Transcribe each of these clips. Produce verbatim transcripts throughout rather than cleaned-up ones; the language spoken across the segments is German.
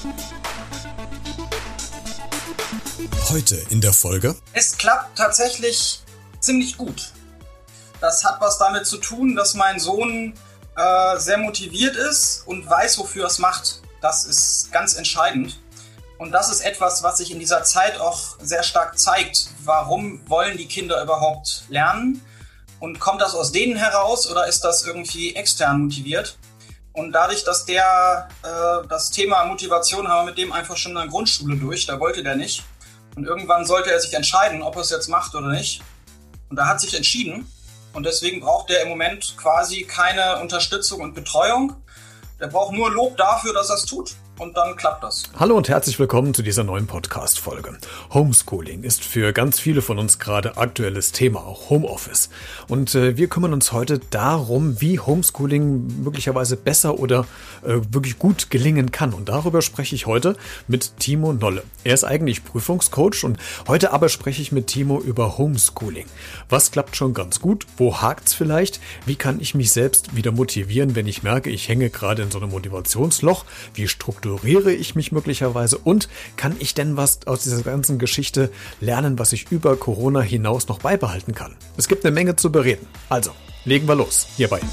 Heute in der Folge: Es klappt tatsächlich ziemlich gut. Das hat was damit zu tun, dass mein Sohn äh, sehr motiviert ist und weiß, wofür er es macht. Das ist ganz entscheidend. Und das ist etwas, was sich in dieser Zeit auch sehr stark zeigt. Warum wollen die Kinder überhaupt lernen? Und kommt das aus denen heraus oder ist das irgendwie extern motiviert? Und dadurch, dass der äh, das Thema Motivation haben wir mit dem einfach schon in der Grundschule durch, da wollte der nicht. Und irgendwann sollte er sich entscheiden, ob er es jetzt macht oder nicht. Und er hat sich entschieden. Und deswegen braucht er im Moment quasi keine Unterstützung und Betreuung. Der braucht nur Lob dafür, dass er es tut. Und dann klappt das. Hallo und herzlich willkommen zu dieser neuen Podcast-Folge. Homeschooling ist für ganz viele von uns gerade aktuelles Thema, auch Homeoffice. Und äh, wir kümmern uns heute darum, wie Homeschooling möglicherweise besser oder äh, wirklich gut gelingen kann. Und darüber spreche ich heute mit Timo Nolle. Er ist eigentlich Prüfungscoach und heute aber spreche ich mit Timo über Homeschooling. Was klappt schon ganz gut? Wo hakt's vielleicht? Wie kann ich mich selbst wieder motivieren, wenn ich merke, ich hänge gerade in so einem Motivationsloch? Wie strukturiere ich mich möglicherweise und kann ich denn was aus dieser ganzen Geschichte lernen, was ich über Corona hinaus noch beibehalten kann? Es gibt eine Menge zu bereden. Also, legen wir los hierbei.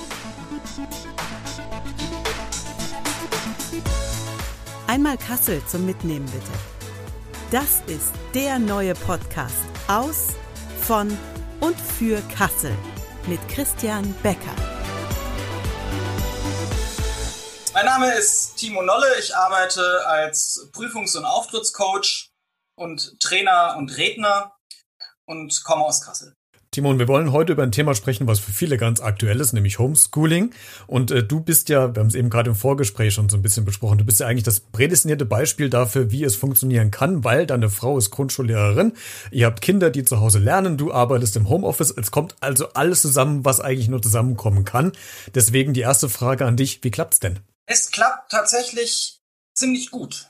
Einmal Kassel zum Mitnehmen bitte. Das ist der neue Podcast aus, von und für Kassel mit Christian Becker. Mein Name ist Timo Nolle, ich arbeite als Prüfungs- und Auftrittscoach und Trainer und Redner und komme aus Kassel. Timo, wir wollen heute über ein Thema sprechen, was für viele ganz aktuell ist, nämlich Homeschooling. Und äh, du bist ja, wir haben es eben gerade im Vorgespräch schon so ein bisschen besprochen, du bist ja eigentlich das prädestinierte Beispiel dafür, wie es funktionieren kann, weil deine Frau ist Grundschullehrerin, ihr habt Kinder, die zu Hause lernen, du arbeitest im Homeoffice, es kommt also alles zusammen, was eigentlich nur zusammenkommen kann. Deswegen die erste Frage an dich, wie klappt's denn? Es klappt tatsächlich ziemlich gut.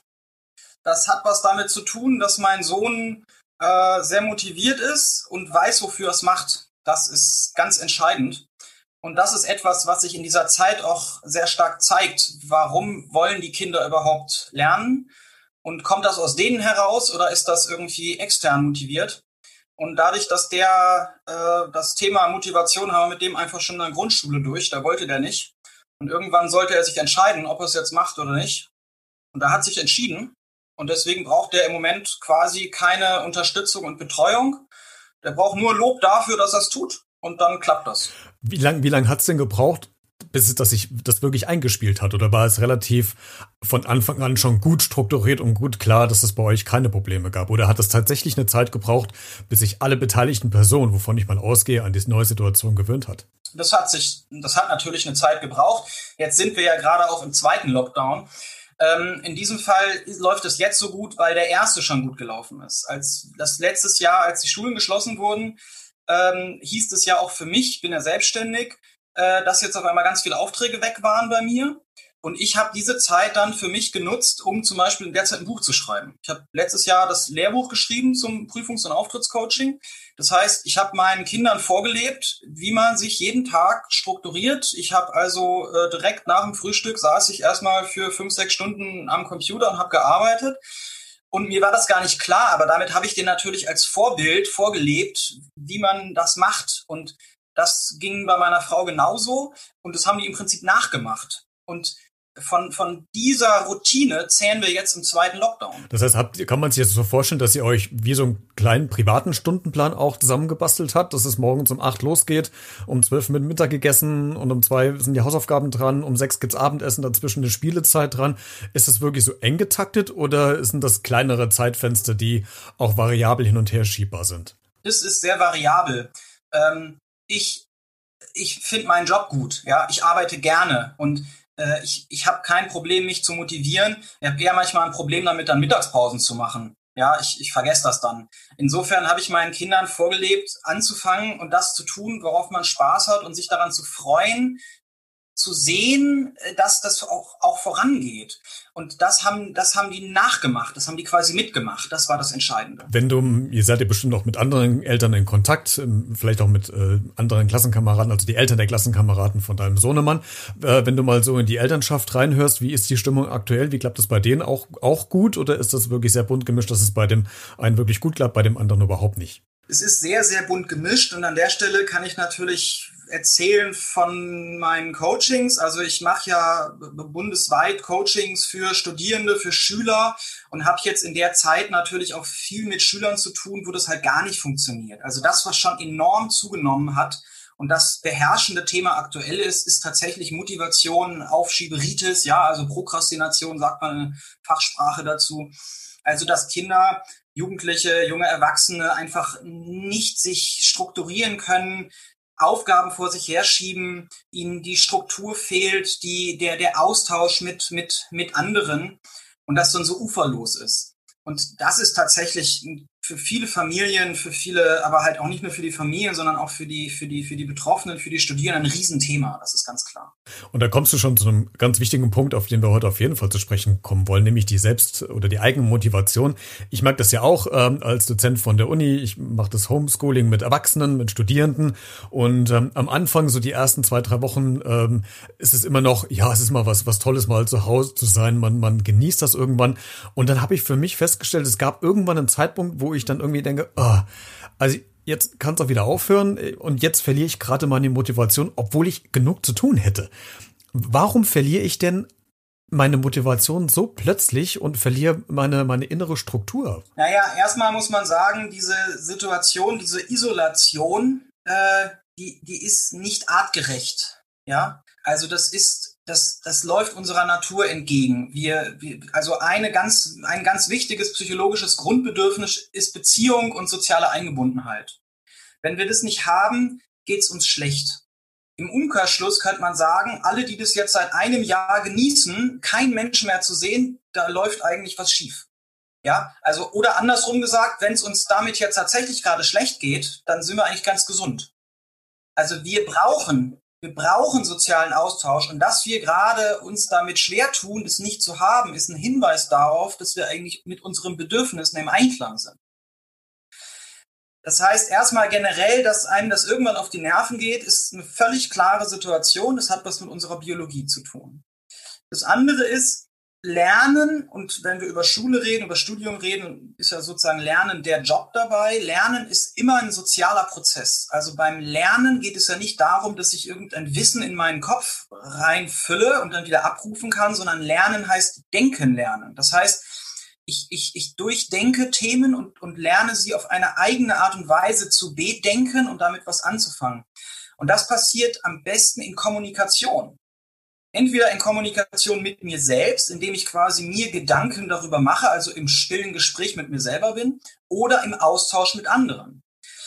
Das hat was damit zu tun, dass mein Sohn äh, sehr motiviert ist und weiß, wofür er es macht. Das ist ganz entscheidend. Und das ist etwas, was sich in dieser Zeit auch sehr stark zeigt. Warum wollen die Kinder überhaupt lernen? Und kommt das aus denen heraus oder ist das irgendwie extern motiviert? Und dadurch, dass der äh, das Thema Motivation haben wir mit dem einfach schon in der Grundschule durch, da wollte der nicht. Und irgendwann sollte er sich entscheiden, ob er es jetzt macht oder nicht. Und er hat sich entschieden. Und deswegen braucht er im Moment quasi keine Unterstützung und Betreuung. Der braucht nur Lob dafür, dass er es tut. Und dann klappt das. Wie lang, wie lang hat es denn gebraucht, bis es das sich das wirklich eingespielt hat? Oder war es relativ von Anfang an schon gut strukturiert und gut klar, dass es bei euch keine Probleme gab? Oder hat es tatsächlich eine Zeit gebraucht, bis sich alle beteiligten Personen, wovon ich mal ausgehe, an diese neue Situation gewöhnt hat? Das hat sich, das hat natürlich eine Zeit gebraucht. Jetzt sind wir ja gerade auch im zweiten Lockdown. Ähm, in diesem Fall läuft es jetzt so gut, weil der erste schon gut gelaufen ist. Als das letztes Jahr, als die Schulen geschlossen wurden, ähm, hieß es ja auch für mich, ich bin ja selbstständig, äh, dass jetzt auf einmal ganz viele Aufträge weg waren bei mir. Und ich habe diese Zeit dann für mich genutzt, um zum Beispiel in der Zeit ein Buch zu schreiben. Ich habe letztes Jahr das Lehrbuch geschrieben zum Prüfungs- und Auftrittscoaching. Das heißt, ich habe meinen Kindern vorgelebt, wie man sich jeden Tag strukturiert. Ich habe also äh, direkt nach dem Frühstück saß ich erstmal für fünf, sechs Stunden am Computer und habe gearbeitet. Und mir war das gar nicht klar, aber damit habe ich denen natürlich als Vorbild vorgelebt, wie man das macht. Und das ging bei meiner Frau genauso. Und das haben die im Prinzip nachgemacht. Und Von, von dieser Routine zählen wir jetzt im zweiten Lockdown. Das heißt, habt, kann man sich jetzt so vorstellen, dass ihr euch wie so einen kleinen privaten Stundenplan auch zusammengebastelt habt, dass es morgens um acht losgeht, um zwölf mit Mittag gegessen und um zwei sind die Hausaufgaben dran, um sechs gibt's Abendessen, dazwischen eine Spielezeit dran. Ist das wirklich so eng getaktet oder sind das kleinere Zeitfenster, die auch variabel hin und her schiebbar sind? Das ist sehr variabel. Ähm, ich ich finde meinen Job gut. Ja, ich arbeite gerne und äh, ich, ich habe kein Problem, mich zu motivieren. Ich habe eher manchmal ein Problem damit, dann Mittagspausen zu machen. Ja, ich, ich vergesse das dann. Insofern habe ich meinen Kindern vorgelebt, anzufangen und das zu tun, worauf man Spaß hat und sich daran zu freuen, zu sehen, dass das auch, auch vorangeht. Und das haben, das haben die nachgemacht, das haben die quasi mitgemacht. Das war das Entscheidende. Wenn du, ihr seid ja bestimmt auch mit anderen Eltern in Kontakt, vielleicht auch mit äh, anderen Klassenkameraden, also die Eltern der Klassenkameraden von deinem Sohnemann. Äh, wenn du mal so in die Elternschaft reinhörst, wie ist die Stimmung aktuell? Wie klappt es bei denen auch, auch gut? Oder ist das wirklich sehr bunt gemischt, dass es bei dem einen wirklich gut klappt, bei dem anderen überhaupt nicht? Es ist sehr, sehr bunt gemischt und an der Stelle kann ich natürlich erzählen von meinen Coachings. Also ich mache ja bundesweit Coachings für Studierende, für Schüler und habe jetzt in der Zeit natürlich auch viel mit Schülern zu tun, wo das halt gar nicht funktioniert. Also das, was schon enorm zugenommen hat und das beherrschende Thema aktuell ist, ist tatsächlich Motivation, Aufschieberitis, ja, also Prokrastination sagt man in Fachsprache dazu. Also dass Kinder, Jugendliche, junge Erwachsene einfach nicht sich strukturieren können, Aufgaben vor sich herschieben, ihnen die Struktur fehlt, die, der, der Austausch mit, mit, mit anderen und das dann so uferlos ist. Und das ist tatsächlich für viele Familien, für viele, aber halt auch nicht nur für die Familien, sondern auch für die, für die, für die Betroffenen, für die Studierenden ein Riesenthema. Das ist ganz klar. Und da kommst du schon zu einem ganz wichtigen Punkt, auf den wir heute auf jeden Fall zu sprechen kommen wollen, nämlich die Selbst- oder die eigene Motivation. Ich mag das ja auch ähm, als Dozent von der Uni. Ich mache das Homeschooling mit Erwachsenen, mit Studierenden. Und ähm, am Anfang, so die ersten zwei, drei Wochen, ähm, ist es immer noch, ja, es ist mal was, was Tolles, mal zu Hause zu sein. Man, man genießt das irgendwann. Und dann habe ich für mich festgestellt, es gab irgendwann einen Zeitpunkt, wo ich dann irgendwie denke, oh, also jetzt kann es auch wieder aufhören und jetzt verliere ich gerade meine Motivation, obwohl ich genug zu tun hätte. Warum verliere ich denn meine Motivation so plötzlich und verliere meine, meine innere Struktur? Naja, erstmal muss man sagen, diese Situation, diese Isolation, äh, die, die ist nicht artgerecht. Ja, also das ist Das, das läuft unserer Natur entgegen. Wir, wir, also eine ganz, ein ganz wichtiges psychologisches Grundbedürfnis ist Beziehung und soziale Eingebundenheit. Wenn wir das nicht haben, geht's uns schlecht. Im Umkehrschluss könnte man sagen, alle, die das jetzt seit einem Jahr genießen, kein Mensch mehr zu sehen, da läuft eigentlich was schief. Ja, also, oder andersrum gesagt, wenn es uns damit jetzt tatsächlich gerade schlecht geht, dann sind wir eigentlich ganz gesund. Also wir brauchen Wir brauchen sozialen Austausch und dass wir gerade uns damit schwer tun, das nicht zu haben, ist ein Hinweis darauf, dass wir eigentlich mit unseren Bedürfnissen im Einklang sind. Das heißt, erstmal generell, dass einem das irgendwann auf die Nerven geht, ist eine völlig klare Situation. Das hat was mit unserer Biologie zu tun. Das andere ist, Lernen, und wenn wir über Schule reden, über Studium reden, ist ja sozusagen Lernen der Job dabei. Lernen ist immer ein sozialer Prozess. Also beim Lernen geht es ja nicht darum, dass ich irgendein Wissen in meinen Kopf reinfülle und dann wieder abrufen kann, sondern Lernen heißt Denken lernen. Das heißt, ich, ich, ich durchdenke Themen und, und lerne sie auf eine eigene Art und Weise zu bedenken und damit was anzufangen. Und das passiert am besten in Kommunikation. Entweder in Kommunikation mit mir selbst, indem ich quasi mir Gedanken darüber mache, also im stillen Gespräch mit mir selber bin, oder im Austausch mit anderen.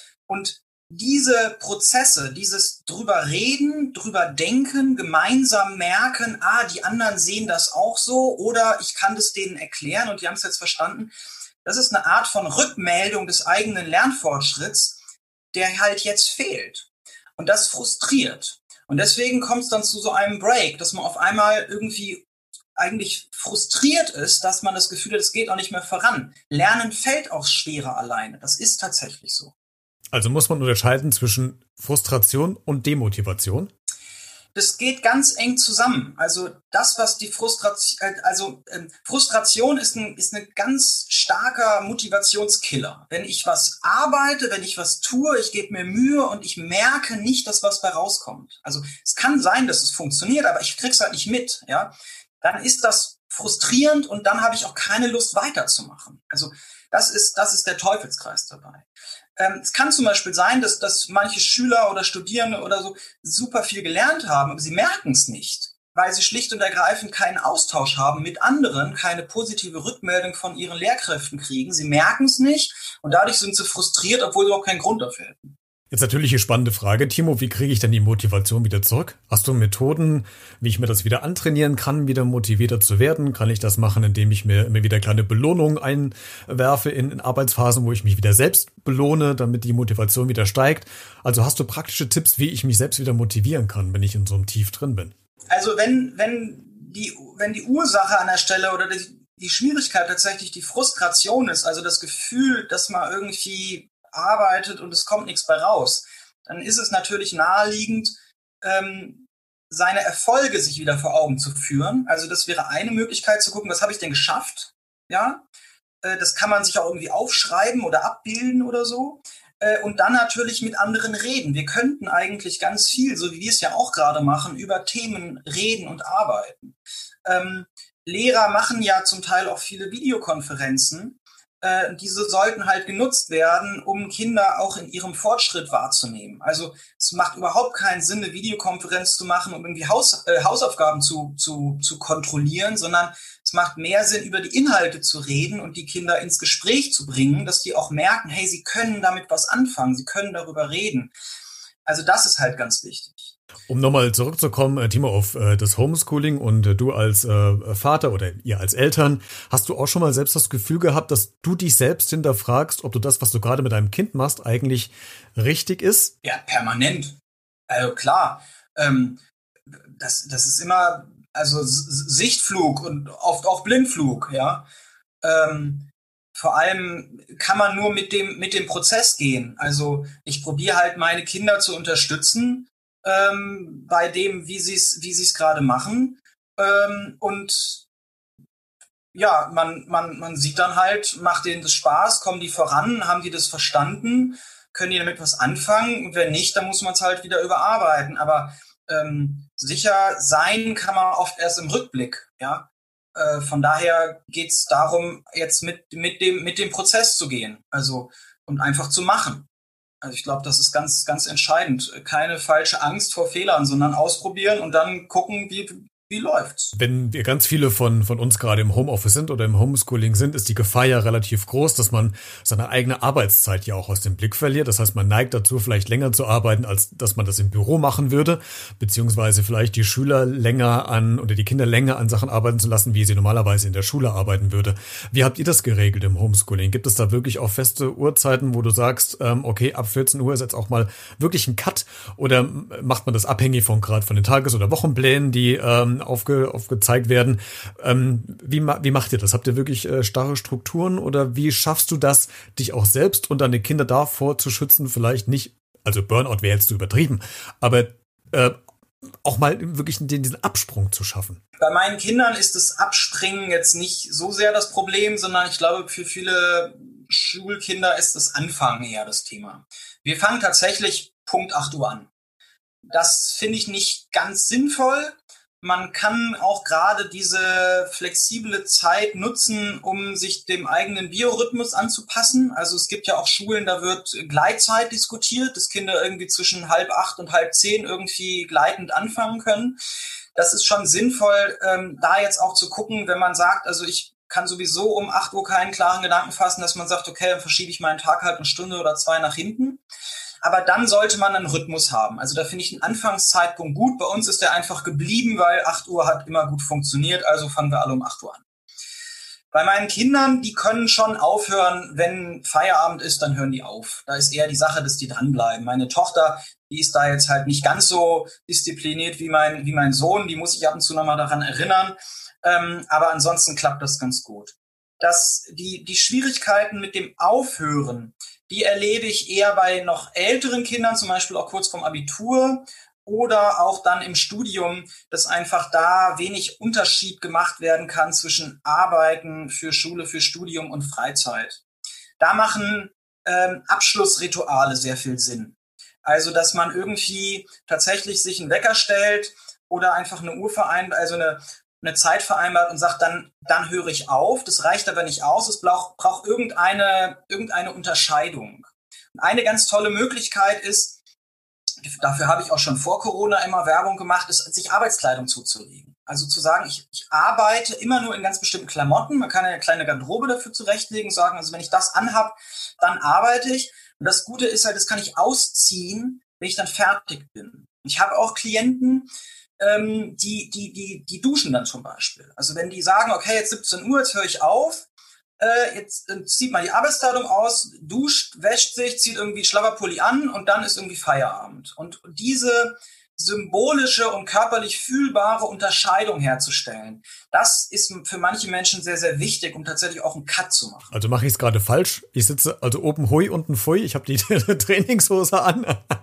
Und diese Prozesse, dieses drüber reden, drüber denken, gemeinsam merken, ah, die anderen sehen das auch so oder ich kann das denen erklären und die haben es jetzt verstanden, das ist eine Art von Rückmeldung des eigenen Lernfortschritts, der halt jetzt fehlt. Und das frustriert. Und deswegen kommt es dann zu so einem Break, dass man auf einmal irgendwie eigentlich frustriert ist, dass man das Gefühl hat, es geht auch nicht mehr voran. Lernen fällt auch schwerer alleine. Das ist tatsächlich so. Also muss man unterscheiden zwischen Frustration und Demotivation? Das geht ganz eng zusammen. Also das, was die Frustration, also ähm, Frustration ist ein, ist ein ganz starker Motivationskiller. Wenn ich was arbeite, wenn ich was tue, ich gebe mir Mühe und ich merke nicht, dass was bei rauskommt. Also es kann sein, dass es funktioniert, aber ich krieg's halt nicht mit, ja. Dann ist das frustrierend und dann habe ich auch keine Lust weiterzumachen. Also das ist, das ist der Teufelskreis dabei. Ähm, es kann zum Beispiel sein, dass, dass manche Schüler oder Studierende oder so super viel gelernt haben, aber sie merken es nicht, weil sie schlicht und ergreifend keinen Austausch haben mit anderen, keine positive Rückmeldung von ihren Lehrkräften kriegen. Sie merken es nicht und dadurch sind sie frustriert, obwohl sie auch keinen Grund dafür hätten. Jetzt natürlich eine spannende Frage, Timo, wie kriege ich denn die Motivation wieder zurück? Hast du Methoden, wie ich mir das wieder antrainieren kann, wieder motivierter zu werden? Kann ich das machen, indem ich mir immer wieder kleine Belohnungen einwerfe in, in Arbeitsphasen, wo ich mich wieder selbst belohne, damit die Motivation wieder steigt? Also hast du praktische Tipps, wie ich mich selbst wieder motivieren kann, wenn ich in so einem Tief drin bin? Also wenn, wenn die, wenn die Ursache an der Stelle oder die, die Schwierigkeit tatsächlich die Frustration ist, also das Gefühl, dass man irgendwie arbeitet und es kommt nichts bei raus, dann ist es natürlich naheliegend, ähm, seine Erfolge sich wieder vor Augen zu führen. Also das wäre eine Möglichkeit zu gucken, was habe ich denn geschafft? Ja, äh, das kann man sich auch irgendwie aufschreiben oder abbilden oder so. Äh, und dann natürlich mit anderen reden. Wir könnten eigentlich ganz viel, so wie wir es ja auch gerade machen, über Themen reden und arbeiten. Ähm, Lehrer machen ja zum Teil auch viele Videokonferenzen. Äh, diese sollten halt genutzt werden, um Kinder auch in ihrem Fortschritt wahrzunehmen. Also es macht überhaupt keinen Sinn, eine Videokonferenz zu machen, um irgendwie Haus, äh, Hausaufgaben zu, zu, zu kontrollieren, sondern es macht mehr Sinn, über die Inhalte zu reden und die Kinder ins Gespräch zu bringen, dass die auch merken, hey, sie können damit was anfangen, sie können darüber reden. Also das ist halt ganz wichtig. Um nochmal zurückzukommen, Timo, auf äh, das Homeschooling und äh, du als äh, Vater oder ihr als Eltern, hast du auch schon mal selbst das Gefühl gehabt, dass du dich selbst hinterfragst, ob du das, was du gerade mit deinem Kind machst, eigentlich richtig ist? Ja, permanent. Also klar, ähm, das, das ist immer, also S- Sichtflug und oft auch Blindflug, ja. Ähm, vor allem kann man nur mit dem, mit dem Prozess gehen. Also ich probiere halt meine Kinder zu unterstützen, ähm, bei dem, wie sie es wie sie es gerade machen. Ähm, und ja, man, man, man sieht dann halt, macht denen das Spaß, kommen die voran, haben die das verstanden, können die damit was anfangen? Und wenn nicht, dann muss man es halt wieder überarbeiten. Aber ähm, sicher sein kann man oft erst im Rückblick, ja. Äh, von daher geht es darum, jetzt mit, mit, dem, mit dem Prozess zu gehen, also und einfach zu machen. Also ich glaube, das ist ganz, ganz entscheidend. Keine falsche Angst vor Fehlern, sondern ausprobieren und dann gucken, wie, wie läuft's. Wenn wir ganz viele von, von uns gerade im Homeoffice sind oder im Homeschooling sind, ist die Gefahr ja relativ groß, dass man seine eigene Arbeitszeit ja auch aus dem Blick verliert. Das heißt, man neigt dazu, vielleicht länger zu arbeiten, als dass man das im Büro machen würde, beziehungsweise vielleicht die Schüler länger an oder die Kinder länger an Sachen arbeiten zu lassen, wie sie normalerweise in der Schule arbeiten würde. Wie habt ihr das geregelt im Homeschooling? Gibt es da wirklich auch feste Uhrzeiten, wo du sagst, ähm, okay, ab vierzehn Uhr ist jetzt auch mal wirklich ein Cut, oder macht man das abhängig von gerade von den Tages- oder Wochenplänen, die ähm, Aufge, aufgezeigt werden. Ähm, wie, wie macht ihr das? Habt ihr wirklich äh, starre Strukturen oder wie schaffst du das, dich auch selbst und deine Kinder davor zu schützen? Vielleicht nicht, also Burnout wäre jetzt zu übertrieben, aber äh, auch mal wirklich den, diesen Absprung zu schaffen. Bei meinen Kindern ist das Abspringen jetzt nicht so sehr das Problem, sondern ich glaube, für viele Schulkinder ist das Anfangen eher das Thema. Wir fangen tatsächlich Punkt acht Uhr an. Das finde ich nicht ganz sinnvoll. Man kann auch gerade diese flexible Zeit nutzen, um sich dem eigenen Biorhythmus anzupassen. Also es gibt ja auch Schulen, da wird Gleitzeit diskutiert, dass Kinder irgendwie zwischen halb acht und halb zehn irgendwie gleitend anfangen können. Das ist schon sinnvoll, ähm, da jetzt auch zu gucken, wenn man sagt, also ich kann sowieso um acht Uhr keinen klaren Gedanken fassen, dass man sagt, okay, dann verschiebe ich meinen Tag halt eine Stunde oder zwei nach hinten. Aber dann sollte man einen Rhythmus haben. Also da finde ich einen Anfangszeitpunkt gut. Bei uns ist der einfach geblieben, weil acht Uhr hat immer gut funktioniert. Also fangen wir alle um acht Uhr an. Bei meinen Kindern, die können schon aufhören, wenn Feierabend ist, dann hören die auf. Da ist eher die Sache, dass die dranbleiben. Meine Tochter, die ist da jetzt halt nicht ganz so diszipliniert wie mein, wie mein Sohn. Die muss ich ab und zu nochmal daran erinnern. Ähm, aber ansonsten klappt das ganz gut. Dass die, die Schwierigkeiten mit dem Aufhören, die erlebe ich eher bei noch älteren Kindern, zum Beispiel auch kurz vorm Abitur oder auch dann im Studium, dass einfach da wenig Unterschied gemacht werden kann zwischen Arbeiten für Schule, für Studium und Freizeit. Da machen ähm, Abschlussrituale sehr viel Sinn. Also, dass man irgendwie tatsächlich sich einen Wecker stellt oder einfach eine Uhr vereinbart, also eine eine Zeit vereinbart und sagt, dann, dann höre ich auf. Das reicht aber nicht aus. Es braucht, braucht irgendeine, irgendeine Unterscheidung. Und eine ganz tolle Möglichkeit ist, dafür habe ich auch schon vor Corona immer Werbung gemacht, ist, sich Arbeitskleidung zuzulegen. Also zu sagen, ich, ich arbeite immer nur in ganz bestimmten Klamotten. Man kann eine kleine Garderobe dafür zurechtlegen und sagen, also wenn ich das anhab, dann arbeite ich. Und das Gute ist halt, das kann ich ausziehen, wenn ich dann fertig bin. Ich habe auch Klienten, Ähm, die, die, die, die duschen dann zum Beispiel. Also wenn die sagen, okay, jetzt siebzehn Uhr, jetzt höre ich auf, äh, jetzt äh, zieht man die Arbeitskleidung aus, duscht, wäscht sich, zieht irgendwie Schlabberpulli an und dann ist irgendwie Feierabend. Und diese symbolische und körperlich fühlbare Unterscheidung herzustellen. Das ist für manche Menschen sehr, sehr wichtig, um tatsächlich auch einen Cut zu machen. Also mache ich es gerade falsch. Ich sitze also oben hui, unten pfui. Ich habe die Trainingshose an,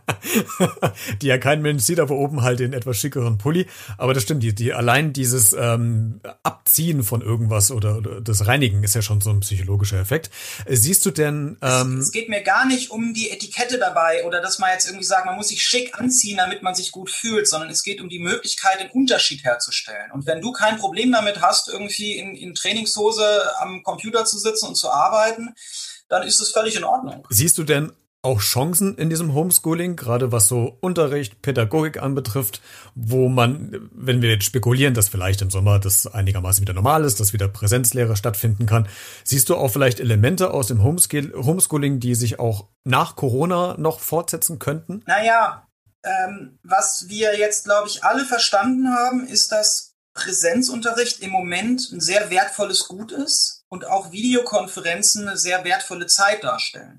die ja kein Mensch sieht, aber oben halt den etwas schickeren Pulli. Aber das stimmt, die, die allein dieses ähm, Abziehen von irgendwas oder, oder das Reinigen ist ja schon so ein psychologischer Effekt. Siehst du denn... Ähm, es, es geht mir gar nicht um die Etikette dabei oder dass man jetzt irgendwie sagt, man muss sich schick anziehen, damit man sich gut fühlt, sondern es geht um die Möglichkeit, einen Unterschied herzustellen. Und wenn du kein Problem damit hast, irgendwie in, in Trainingshose am Computer zu sitzen und zu arbeiten, dann ist es völlig in Ordnung. Siehst du denn auch Chancen in diesem Homeschooling, gerade was so Unterricht, Pädagogik anbetrifft, wo man, wenn wir jetzt spekulieren, dass vielleicht im Sommer das einigermaßen wieder normal ist, dass wieder Präsenzlehre stattfinden kann, siehst du auch vielleicht Elemente aus dem Homeschooling, die sich auch nach Corona noch fortsetzen könnten? Naja, Ähm, was wir jetzt, glaube ich, alle verstanden haben, ist, dass Präsenzunterricht im Moment ein sehr wertvolles Gut ist und auch Videokonferenzen eine sehr wertvolle Zeit darstellen.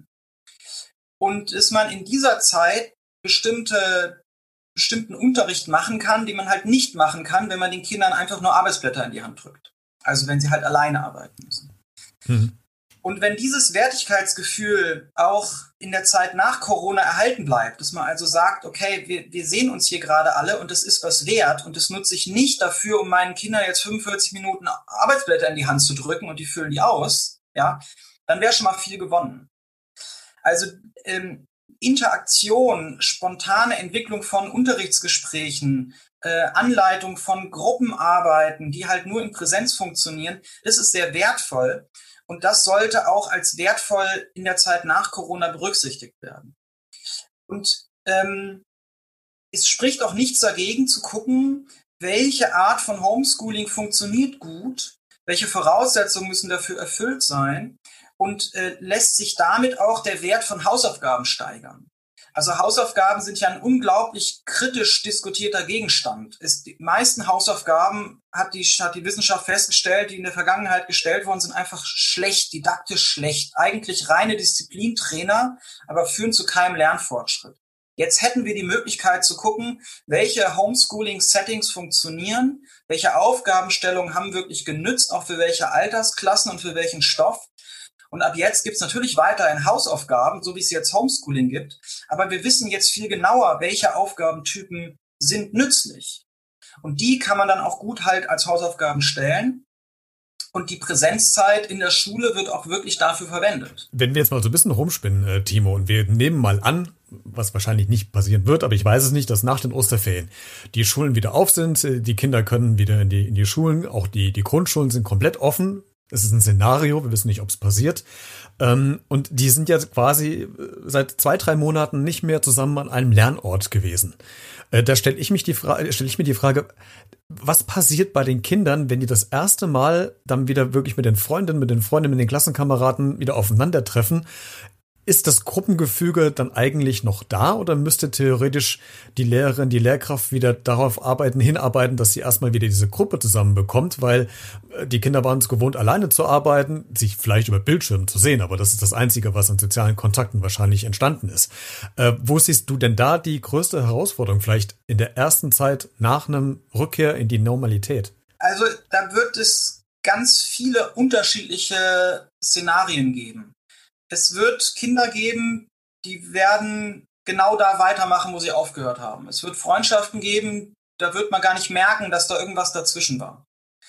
Und dass man in dieser Zeit bestimmte, bestimmten Unterricht machen kann, den man halt nicht machen kann, wenn man den Kindern einfach nur Arbeitsblätter in die Hand drückt. Also wenn sie halt alleine arbeiten müssen. Mhm. Und wenn dieses Wertigkeitsgefühl auch in der Zeit nach Corona erhalten bleibt, dass man also sagt, okay, wir, wir sehen uns hier gerade alle und das ist was wert und das nutze ich nicht dafür, um meinen Kindern jetzt fünfundvierzig Minuten Arbeitsblätter in die Hand zu drücken und die füllen die aus, ja, dann wäre schon mal viel gewonnen. Also ähm, Interaktion, spontane Entwicklung von Unterrichtsgesprächen, äh, Anleitung von Gruppenarbeiten, die halt nur in Präsenz funktionieren, das ist sehr wertvoll. Und das sollte auch als wertvoll in der Zeit nach Corona berücksichtigt werden. Und ähm, es spricht auch nichts dagegen zu gucken, welche Art von Homeschooling funktioniert gut, welche Voraussetzungen müssen dafür erfüllt sein und äh, lässt sich damit auch der Wert von Hausaufgaben steigern. Also Hausaufgaben sind ja ein unglaublich kritisch diskutierter Gegenstand. Es, die meisten Hausaufgaben, hat die, hat die Wissenschaft festgestellt, die in der Vergangenheit gestellt worden sind, einfach schlecht, didaktisch schlecht. Eigentlich reine Disziplintrainer, aber führen zu keinem Lernfortschritt. Jetzt hätten wir die Möglichkeit zu gucken, welche Homeschooling-Settings funktionieren, welche Aufgabenstellungen haben wirklich genützt, auch für welche Altersklassen und für welchen Stoff. Und ab jetzt gibt es natürlich weiterhin Hausaufgaben, so wie es jetzt Homeschooling gibt. Aber wir wissen jetzt viel genauer, welche Aufgabentypen sind nützlich. Und die kann man dann auch gut halt als Hausaufgaben stellen. Und die Präsenzzeit in der Schule wird auch wirklich dafür verwendet. Wenn wir jetzt mal so ein bisschen rumspinnen, äh, Timo, und wir nehmen mal an, was wahrscheinlich nicht passieren wird, aber ich weiß es nicht, dass nach den Osterferien die Schulen wieder auf sind, die Kinder können wieder in die, in die Schulen, auch die, die Grundschulen sind komplett offen. Es ist ein Szenario, wir wissen nicht, ob es passiert. Ähm, und die sind ja quasi seit zwei, drei Monaten nicht mehr zusammen an einem Lernort gewesen. Äh, da stelle ich mich die Frage, stelle ich mir die Frage, was passiert bei den Kindern, wenn die das erste Mal dann wieder wirklich mit den Freundinnen, mit den Freunden, mit den Klassenkameraden wieder aufeinandertreffen? Ist das Gruppengefüge dann eigentlich noch da oder müsste theoretisch die Lehrerin, die Lehrkraft wieder darauf arbeiten, hinarbeiten, dass sie erstmal wieder diese Gruppe zusammenbekommt, weil die Kinder waren es gewohnt, alleine zu arbeiten, sich vielleicht über Bildschirmen zu sehen, aber das ist das Einzige, was an sozialen Kontakten wahrscheinlich entstanden ist. Äh, wo siehst du denn da die größte Herausforderung vielleicht in der ersten Zeit nach einem Rückkehr in die Normalität? Also da wird es ganz viele unterschiedliche Szenarien geben. Es wird Kinder geben, die werden genau da weitermachen, wo sie aufgehört haben. Es wird Freundschaften geben, da wird man gar nicht merken, dass da irgendwas dazwischen war.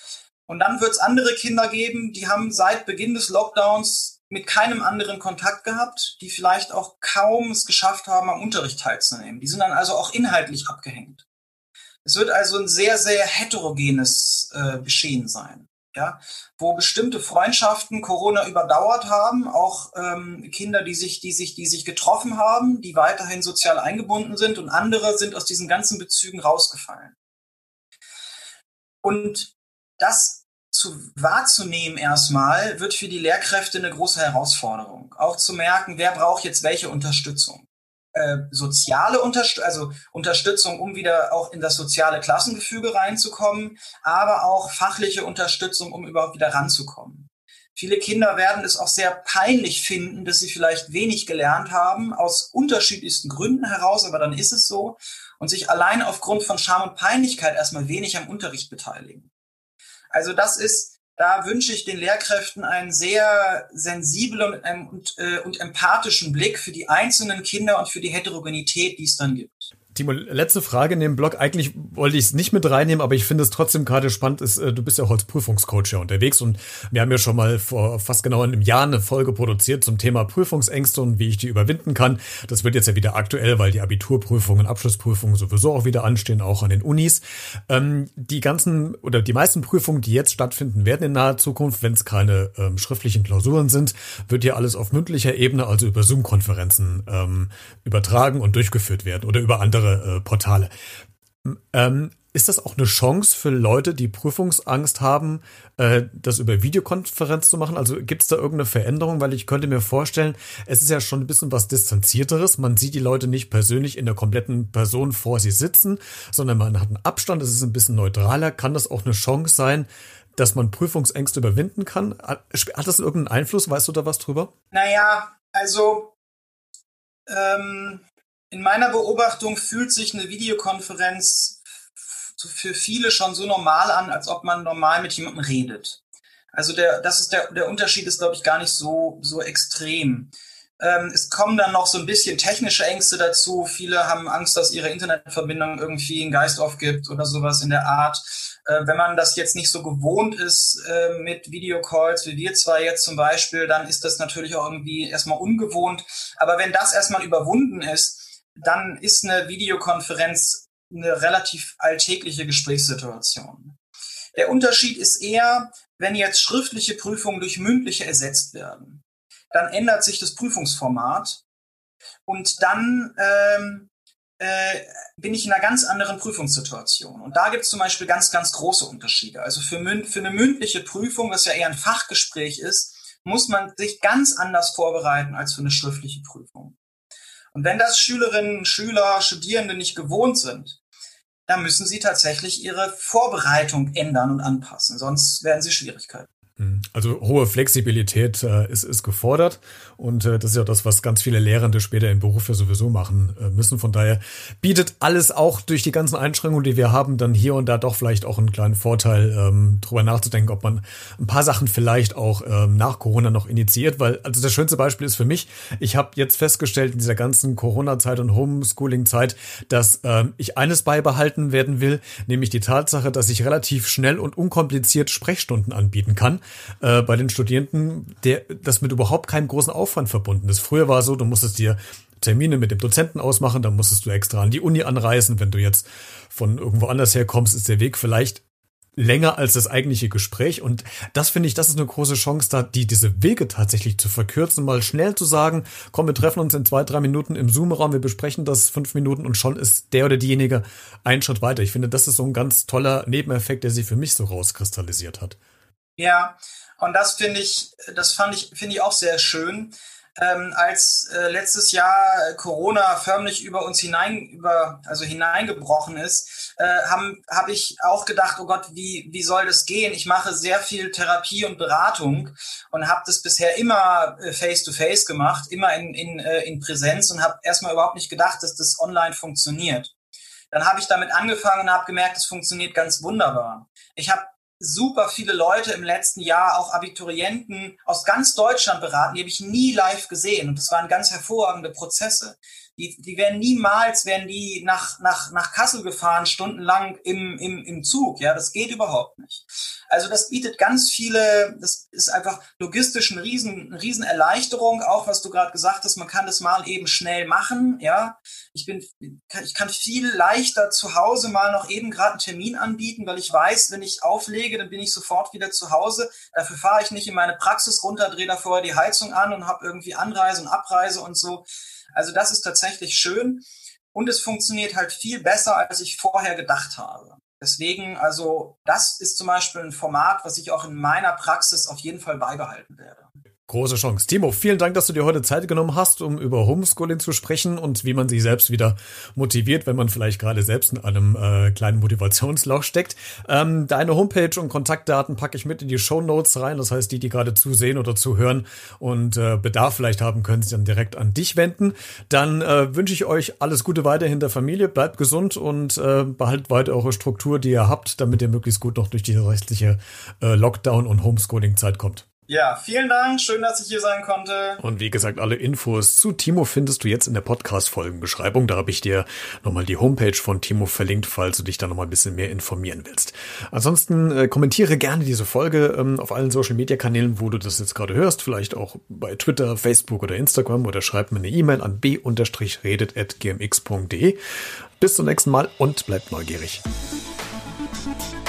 Und dann wird es andere Kinder geben, die haben seit Beginn des Lockdowns mit keinem anderen Kontakt gehabt, die vielleicht auch kaum es geschafft haben, am Unterricht teilzunehmen. Die sind dann also auch inhaltlich abgehängt. Es wird also ein sehr, sehr heterogenes äh, Geschehen sein. Ja, wo bestimmte Freundschaften Corona überdauert haben, auch ähm, Kinder, die sich, die sich, die sich getroffen haben, die weiterhin sozial eingebunden sind und andere sind aus diesen ganzen Bezügen rausgefallen. Und das zu, wahrzunehmen erstmal, wird für die Lehrkräfte eine große Herausforderung. Auch zu merken, wer braucht jetzt welche Unterstützung. Äh, soziale Unterst- also Unterstützung, um wieder auch in das soziale Klassengefüge reinzukommen, aber auch fachliche Unterstützung, um überhaupt wieder ranzukommen. Viele Kinder werden es auch sehr peinlich finden, dass sie vielleicht wenig gelernt haben, aus unterschiedlichsten Gründen heraus, aber dann ist es so, und sich allein aufgrund von Scham und Peinlichkeit erstmal wenig am Unterricht beteiligen. Also das ist, da wünsche ich den Lehrkräften einen sehr sensiblen und, ähm, und, äh, und empathischen Blick für die einzelnen Kinder und für die Heterogenität, die es dann gibt. Timo, letzte Frage in dem Blog. Eigentlich wollte ich es nicht mit reinnehmen, aber ich finde es trotzdem gerade spannend. Ist, du bist ja auch als Prüfungscoach ja unterwegs und wir haben ja schon mal vor fast genau einem Jahr eine Folge produziert zum Thema Prüfungsängste und wie ich die überwinden kann. Das wird jetzt ja wieder aktuell, weil die Abiturprüfungen, Abschlussprüfungen sowieso auch wieder anstehen, auch an den Unis. Ähm, die ganzen oder die meisten Prüfungen, die jetzt stattfinden werden in naher Zukunft, wenn es keine ähm, schriftlichen Klausuren sind, wird ja alles auf mündlicher Ebene, also über Zoom-Konferenzen ähm, übertragen und durchgeführt werden oder über andere Äh, Portale. Ähm, ist das auch eine Chance für Leute, die Prüfungsangst haben, äh, das über Videokonferenz zu machen? Also gibt es da irgendeine Veränderung? Weil ich könnte mir vorstellen, es ist ja schon ein bisschen was Distanzierteres. Man sieht die Leute nicht persönlich in der kompletten Person vor sie sitzen, sondern man hat einen Abstand, es ist ein bisschen neutraler. Kann das auch eine Chance sein, dass man Prüfungsängste überwinden kann? Hat das irgendeinen Einfluss? Weißt du da was drüber? Naja, also ähm in meiner Beobachtung fühlt sich eine Videokonferenz für viele schon so normal an, als ob man normal mit jemandem redet. Also der, das ist der, der Unterschied ist, glaube ich, gar nicht so, so extrem. Ähm, es kommen dann noch so ein bisschen technische Ängste dazu. Viele haben Angst, dass ihre Internetverbindung irgendwie einen Geist aufgibt oder sowas in der Art. Äh, wenn man das jetzt nicht so gewohnt ist äh, mit Videocalls, wie wir zwei jetzt zum Beispiel, dann ist das natürlich auch irgendwie erstmal ungewohnt. Aber wenn das erstmal überwunden ist, dann ist eine Videokonferenz eine relativ alltägliche Gesprächssituation. Der Unterschied ist eher, wenn jetzt schriftliche Prüfungen durch mündliche ersetzt werden, dann ändert sich das Prüfungsformat und dann ähm, äh, bin ich in einer ganz anderen Prüfungssituation. Und da gibt es zum Beispiel ganz, ganz große Unterschiede. Also für, für eine mündliche Prüfung, was ja eher ein Fachgespräch ist, muss man sich ganz anders vorbereiten als für eine schriftliche Prüfung. Und wenn das Schülerinnen, Schüler, Studierende nicht gewohnt sind, dann müssen sie tatsächlich ihre Vorbereitung ändern und anpassen, sonst werden sie Schwierigkeiten. Also hohe Flexibilität äh, ist, ist gefordert und äh, das ist ja das, was ganz viele Lehrende später im Beruf ja sowieso machen äh, müssen. Von daher bietet alles auch durch die ganzen Einschränkungen, die wir haben, dann hier und da doch vielleicht auch einen kleinen Vorteil, ähm, drüber nachzudenken, ob man ein paar Sachen vielleicht auch ähm, nach Corona noch initiiert, weil also das schönste Beispiel ist für mich, ich habe jetzt festgestellt in dieser ganzen Corona-Zeit und Homeschooling-Zeit, dass ähm, ich eines beibehalten werden will, nämlich die Tatsache, dass ich relativ schnell und unkompliziert Sprechstunden anbieten kann. Äh, bei den Studierenden, der das mit überhaupt keinem großen Aufwand verbunden ist. Früher war es so, du musstest dir Termine mit dem Dozenten ausmachen, dann musstest du extra an die Uni anreisen. Wenn du jetzt von irgendwo anders herkommst, ist der Weg vielleicht länger als das eigentliche Gespräch. Und das finde ich, das ist eine große Chance, da die diese Wege tatsächlich zu verkürzen, mal schnell zu sagen, komm, wir treffen uns in zwei, drei Minuten im Zoom-Raum, wir besprechen das fünf Minuten und schon ist der oder diejenige einen Schritt weiter. Ich finde, das ist so ein ganz toller Nebeneffekt, der sich für mich so rauskristallisiert hat. Ja, und das finde ich, das fand ich, finde ich auch sehr schön. Ähm, als äh, letztes Jahr Corona förmlich über uns hinein, über, also hineingebrochen ist, äh, haben, habe ich auch gedacht, oh Gott, wie, wie soll das gehen? Ich mache sehr viel Therapie und Beratung und habe das bisher immer äh, face-to-face gemacht, immer in, in, äh, in Präsenz und habe erstmal überhaupt nicht gedacht, dass das online funktioniert. Dann habe ich damit angefangen und habe gemerkt, es funktioniert ganz wunderbar. Ich habe super viele Leute im letzten Jahr, auch Abiturienten aus ganz Deutschland beraten, die habe ich nie live gesehen. Und das waren ganz hervorragende Prozesse. Die, die werden niemals, werden die nach, nach, nach Kassel gefahren, stundenlang im, im, im Zug. Ja, das geht überhaupt nicht. Also das bietet ganz viele, das ist einfach logistisch eine riesen, eine riesen Erleichterung. Auch was du gerade gesagt hast, man kann das mal eben schnell machen. Ja, ich bin, ich kann viel leichter zu Hause mal noch eben gerade einen Termin anbieten, weil ich weiß, wenn ich auflege, dann bin ich sofort wieder zu Hause. Dafür fahre ich nicht in meine Praxis runter, drehe da vorher die Heizung an und habe irgendwie Anreise und Abreise und so. Also das ist tatsächlich schön und es funktioniert halt viel besser, als ich vorher gedacht habe. Deswegen, also das ist zum Beispiel ein Format, was ich auch in meiner Praxis auf jeden Fall beibehalten werde. Große Chance. Timo, vielen Dank, dass du dir heute Zeit genommen hast, um über Homeschooling zu sprechen und wie man sich selbst wieder motiviert, wenn man vielleicht gerade selbst in einem äh, kleinen Motivationsloch steckt. Ähm, deine Homepage und Kontaktdaten packe ich mit in die Shownotes rein. Das heißt, die, die gerade zusehen oder zuhören und äh, Bedarf vielleicht haben, können sich dann direkt an dich wenden. Dann äh, wünsche ich euch alles Gute weiterhin der Familie. Bleibt gesund und äh, behaltet weiter eure Struktur, die ihr habt, damit ihr möglichst gut noch durch diese restliche äh, Lockdown- und Homeschooling-Zeit kommt. Ja, vielen Dank. Schön, dass ich hier sein konnte. Und wie gesagt, alle Infos zu Timo findest du jetzt in der Podcast-Folgenbeschreibung. Da habe ich dir nochmal die Homepage von Timo verlinkt, falls du dich da nochmal ein bisschen mehr informieren willst. Ansonsten äh, kommentiere gerne diese Folge ähm, auf allen Social-Media-Kanälen, wo du das jetzt gerade hörst. Vielleicht auch bei Twitter, Facebook oder Instagram oder schreib mir eine E-Mail an b redet at g m x punkt d e. Bis zum nächsten Mal und bleibt neugierig.